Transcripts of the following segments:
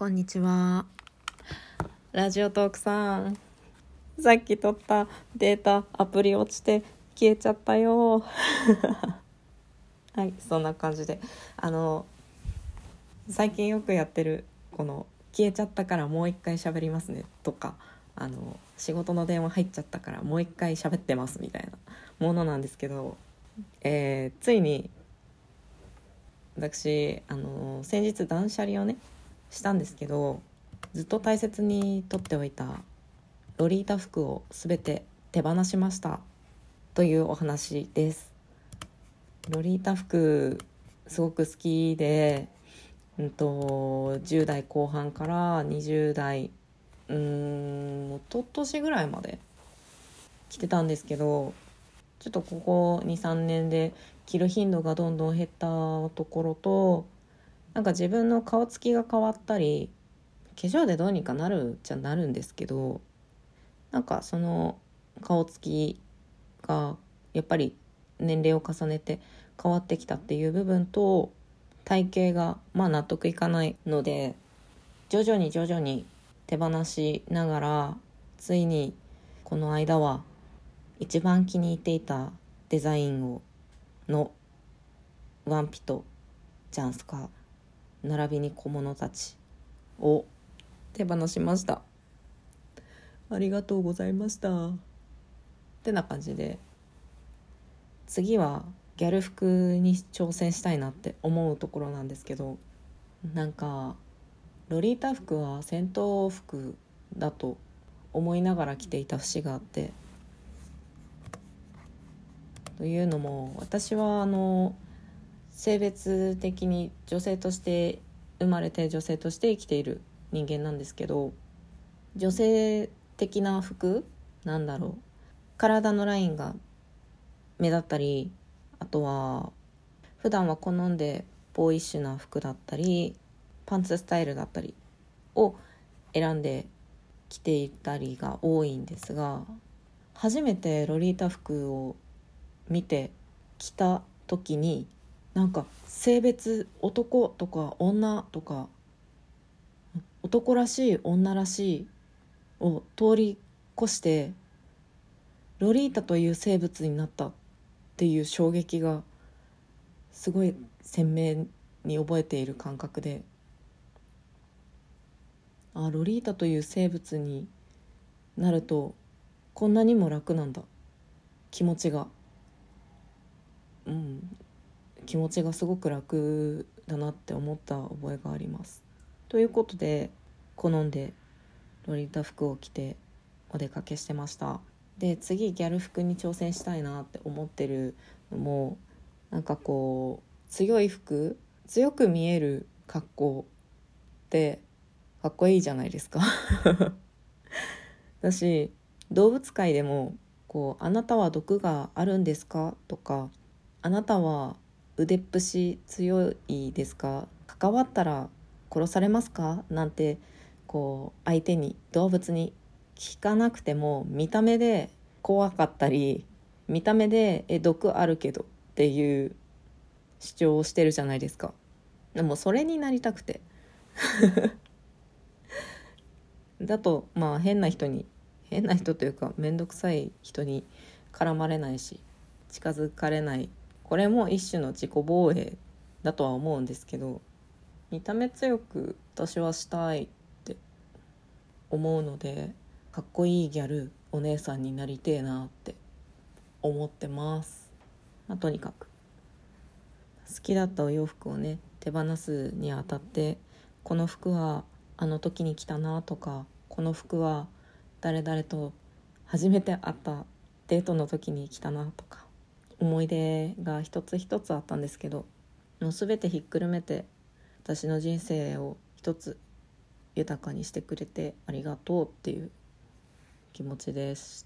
こんにちは。ラジオトークさん、さっき撮ったデータアプリ落ちて消えちゃったよはい、そんな感じで最近よくやってるこの消えちゃったからもう一回喋りますねとか、仕事の電話入っちゃったからもう一回喋ってますみたいなものなんですけど、ついに私先日断捨離をねしたんですけど、ずっと大切に取っておいたロリータ服をすべて手放しましたというお話です。ロリータ服すごく好きで、10代後半から20代一昨年ぐらいまで着てたんですけど、ちょっとここ 2,3 年で着る頻度がどんどん減ったところと、なんか自分の顔つきが変わったり、化粧でどうにかなるじゃなるんですけど、なんかその顔つきがやっぱり年齢を重ねて変わってきたっていう部分と、体型が納得いかないので、徐々に手放しながら、ついにこの間は一番気に入っていたデザインのワンピとジャンスカー並びに小物たちを手放しました。ありがとうございましたってな感じで、次はギャル服に挑戦したいなって思うところなんですけど、なんかロリータ服は戦闘服だと思いながら着ていた節があって、というのも私は性別的に女性として生まれて女性として生きている人間なんですけど、女性的な服、体のラインが目立ったり、あとは普段は好んでボーイッシュな服だったりパンツスタイルだったりを選んで着ていたりが多いんですが、初めてロリータ服を見て着た時に、なんか性別、男とか女とか、男らしい女らしいを通り越してロリータという生物になったっていう衝撃がすごい鮮明に覚えている感覚で、ロリータという生物になるとこんなにも楽なんだ、気持ちが気持ちがすごく楽だなって思った覚えがあります。ということで、好んでロリータ服を着てお出かけしてました。で、次ギャル服に挑戦したいなって思ってるのも、なんかこう強い服、強く見える格好ってかっこいいじゃないですかだし、動物界でもあなたは毒があるんですかとか、あなたは腕っぷし強いですか、関わったら殺されますかなんて相手に、動物に聞かなくても見た目で怖かったり、見た目で毒あるけどっていう主張をしてるじゃないですか。でもそれになりたくてだと変な人というか面倒くさい人に絡まれないし近づかれない、これも一種の自己防衛だとは思うんですけど、見た目強く私はしたいって思うので、かっこいいギャルお姉さんになりてえなって思ってます。とにかく好きだったお洋服をね手放すにあたって、この服はあの時に着たなとか、この服は誰々と初めて会ったデートの時に着たなとか、思い出が一つ一つあったんですけど、もう全てひっくるめて私の人生を一つ豊かにしてくれてありがとうっていう気持ちでした。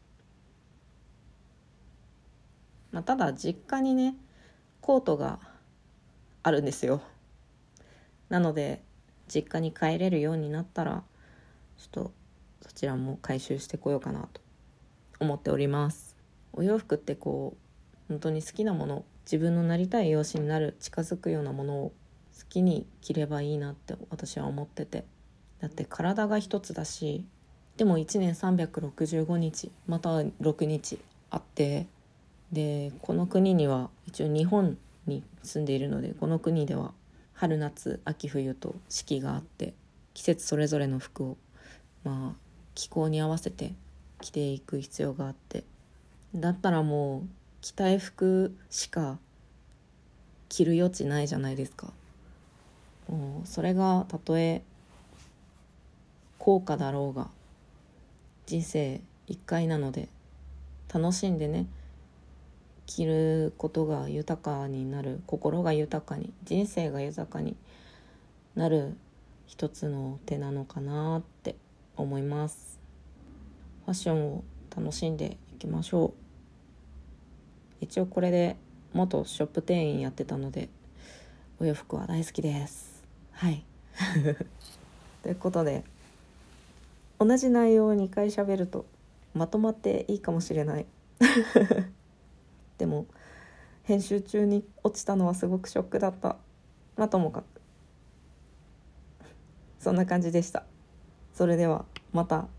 ただ実家にねコートがあるんですよ。なので実家に帰れるようになったら、ちょっとそちらも回収してこようかなと思っております。お洋服って本当に好きなもの、自分のなりたい容姿になる、近づくようなものをきに着ればいいなって私は思ってて、だって体が一つだし、でも1年365日または6日あって、でこの国には一応日本に住んでいるので、この国では春夏秋冬と四季があって、季節それぞれの服を気候に合わせて着ていく必要があって、だったらもう着たい服しか着る余地ないじゃないですか。もうそれがたとえ高価だろうが人生一回なので、楽しんでね、着ることが豊かになる、心が豊かに、人生が豊かになる一つの手なのかなって思います。ファッションを楽しんでいきましょう。一応これで元ショップ店員やってたので、お洋服は大好きです。はいということで、同じ内容を2回喋るとまとまっていいかもしれないでも編集中に落ちたのはすごくショックだった。ともかくそんな感じでした。それではまた。